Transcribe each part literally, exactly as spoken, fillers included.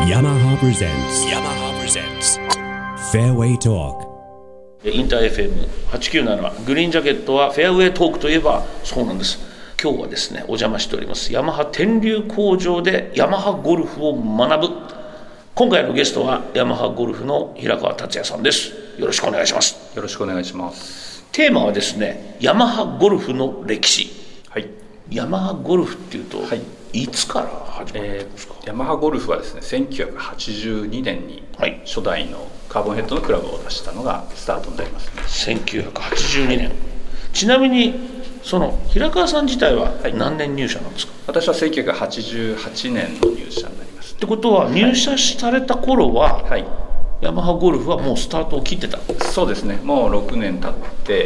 Yamaha presents Yamaha presents Fairway Talk。 インター エフエムはちきゅうなな グリーンジャケットはフェアウェイトークといえばそうなんです。今日はですねお邪魔しておりますヤマハ天竜工場でヤマハゴルフを学ぶ。今回のゲストはヤマハゴルフの平川達也さんです。よろしくお願いします。 よろしくお願いします。 テーマはですねヤマハゴルフの歴史。 はい。 ヤマハゴルフっていうと、はい、いつから始まったんですか？ えー、ヤマハゴルフはですねせんきゅうひゃくはちじゅうにねんに初代のカーボンヘッドのクラブを出したのがスタートになりますね。 せんきゅうひゃくはちじゅうにねん、はい、ちなみにその平川さん自体は何年入社なんですか？ はい、私はせんきゅうひゃくはちじゅうはちねんの入社になります、ね、 ってことは入社された頃は、はい、ヤマハゴルフはもうスタートを切ってた？ そうですね。もうろくねん経って、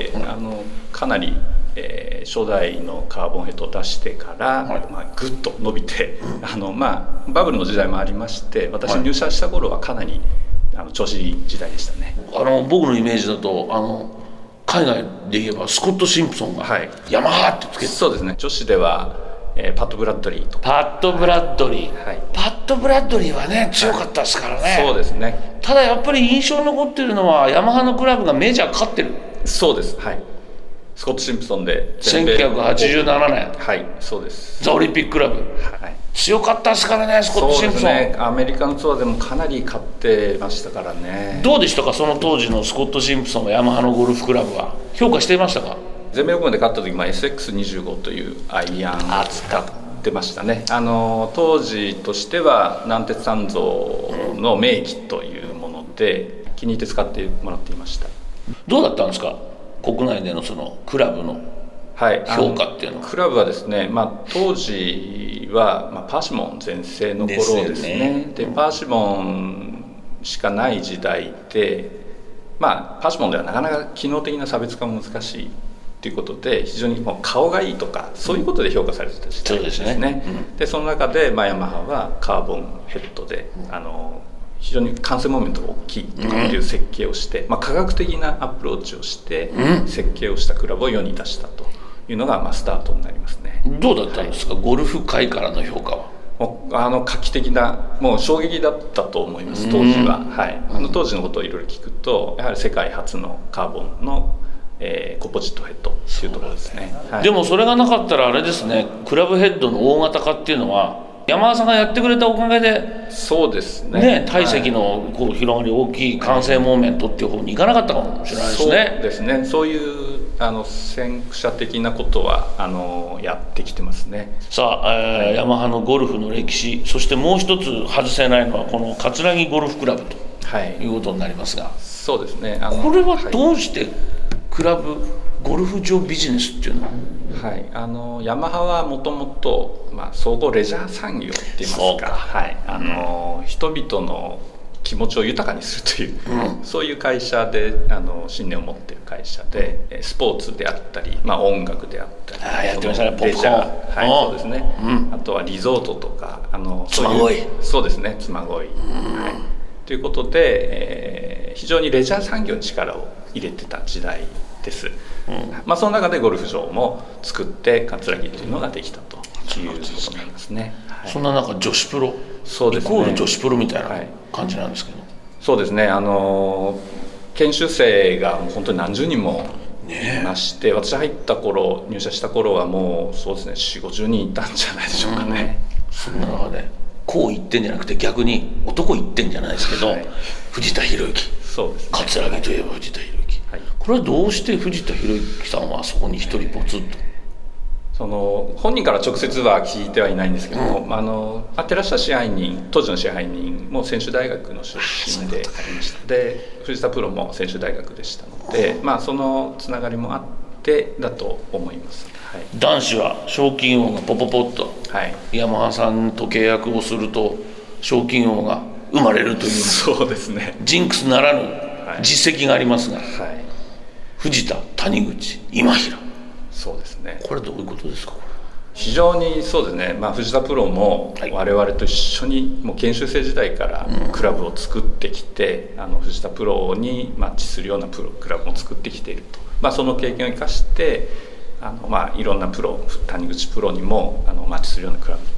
うん、あのかなりえー、初代のカーボンヘッドを出してから、はい、まあ、ぐっと伸びて、うん、あのまあ、バブルの時代もありまして私入社した頃はかなりあの調子いい時代でしたね。 あの僕のイメージだとあの海外で言えばスコット・シンプソンが、はい、ヤマハってつけて、 そうですね。女子では、えー、パット・ブラッドリーとかパット・ブラッドリー、はい、パット・ブラッドリーはね強かったですからね、はい、 そうですね。 ただやっぱり印象に残ってるのはヤマハのクラブがメジャー勝ってる。 そうです、はい。スコット・シンプソンでせんきゅうひゃくはちじゅうななねん、 はい、そうです。 ザ・オリンピッククラブ、はい、強かったですからねスコット・シンプソン。 そうですね。アメリカのツアーでもかなり勝ってましたからね。 どうでしたかその当時のスコット・シンプソンはヤマハのゴルフクラブは評価していましたか？ 全米オープンで勝った時、まあ、エスエックスにじゅうご というアイアンを使ってましたね。あの当時としては南鉄三造の名機というもので気に入って使ってもらっていました。 どうだったんですか国内でのそのクラブの評価っていうのは？ はい、クラブはですね、まあ、当時は、まあ、パーシモン全盛の頃ですね。で、パーシモンしかない時代で、まあ、パーシモンではなかなか機能的な差別化も難しいということで非常にもう顔がいいとかそういうことで評価されてた時代ですね。うん、そうですね。うん、でその中で、まあ、ヤマハはカーボンヘッドで、うん、あの非常に完成モーメントが大きいという設計をして、うん、まあ、科学的なアプローチをして設計をしたクラブを世に出したというのが、まあ、スタートになりますね。 どうだったんですか、はい、ゴルフ界からの評価は？ もうあの画期的なもう衝撃だったと思います当時は、はい、あの当時のことをいろいろ聞くとやはり世界初のカーボンの、えー、コポジットヘッドというところですね。はい、 でもそれがなかったらあれですね、クラブヘッドの大型化っていうのはヤマハさんがやってくれたおかげで、 そうですね、 ね、体積のこう広がり大きい完成モーメントっていう方にいかなかったかもしれないですね。 そうですね。そういうあの先駆者的なことはあのやってきてますね。 さあ、えー、ヤマハのゴルフの歴史、そしてもう一つ外せないのはこの葛城ゴルフクラブということになりますが、はい、 そうですね。あのこれはどうしてクラブ、はい、ゴルフ場ビジネスっていうのは？ はい、あのヤマハはもともと総合レジャー産業って言いますか、はい、あの、うん、人々の気持ちを豊かにするという、うん、そういう会社であの信念を持っている会社で、スポーツであったり、まあ、音楽であったり、 あやってましたね、 ポップコーン、はい、そうですね、うん、あとはリゾートとかあの妻恋、 そうですね、妻恋、うん、はい、ということで、えー、非常にレジャー産業に力を入れてた時代です。うん、まあ、その中でゴルフ場も作って葛城というのができたということになりますね。はい、そんな中女子プロ、 そうですね、 イコール女子プロみたいな感じなんですけど、はい、 そうですね。あの研修生がもう本当に何十人もいまして、ね、私入った頃入社した頃はもうそうですねよんじゅう、ごじゅうにんいたんじゃないでしょうかね。 うん、そんな中でこう言ってんじゃなくて逆に男言ってんじゃないですけど、はい、藤田博之、 そうですね、 葛城といえば藤田博之、はい、これはどうして藤田博之さんはそこに一人ポツッと？ その本人から直接は聞いてはいないんですけども、うん、あの寺下支配人、当時の支配人も専修大学の出身でありました。で藤田プロも専修大学でしたので、まあ、そのつながりもあってだと思います。はい、 男子は賞金王がポポポッと、はい、ヤマハさんと契約をすると賞金王が生まれるという、 そうですね、 ジンクスならぬ実績がありますが、はい、藤田、谷口、今平、 そうですね、 これどういうことですか？ 非常にそうですね、まあ、藤田プロも我々と一緒にもう研修生時代からクラブを作ってきて、うん、あの藤田プロにマッチするようなプロクラブも作ってきていると、まあ、その経験を生かしてあの、まあ、いろんなプロ、谷口プロにもあのマッチするようなクラブ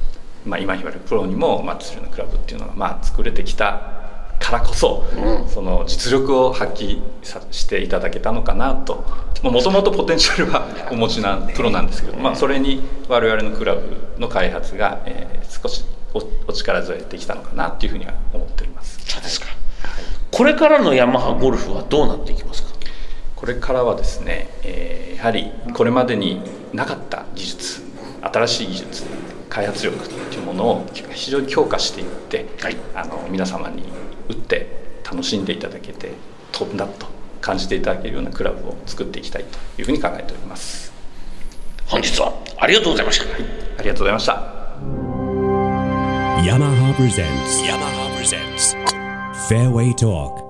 まあ、今言われるプロにもマッチするようなクラブっていうのがまあ作れてきたからこそ、うん、その実力を発揮さしていただけたのかなと。もともとポテンシャルはお持ちなプロなんですけど、まあ、それに我々のクラブの開発が、えー、少し お, お力添えできたのかなというふうには思っております。 そうですか。はい、これからのヤマハゴルフはどうなっていきますか？ これからはですね、えー、やはりこれまでになかった技術、新しい技術、開発力というものを非常に強化していって、はい、あの皆様に打って楽しんでいただけて飛んだと感じていただけるようなクラブを作っていきたいというふうに考えております。 本日はありがとうございました。はい、 ありがとうございました。 Yamaha presents Yamaha presents Fairway Talk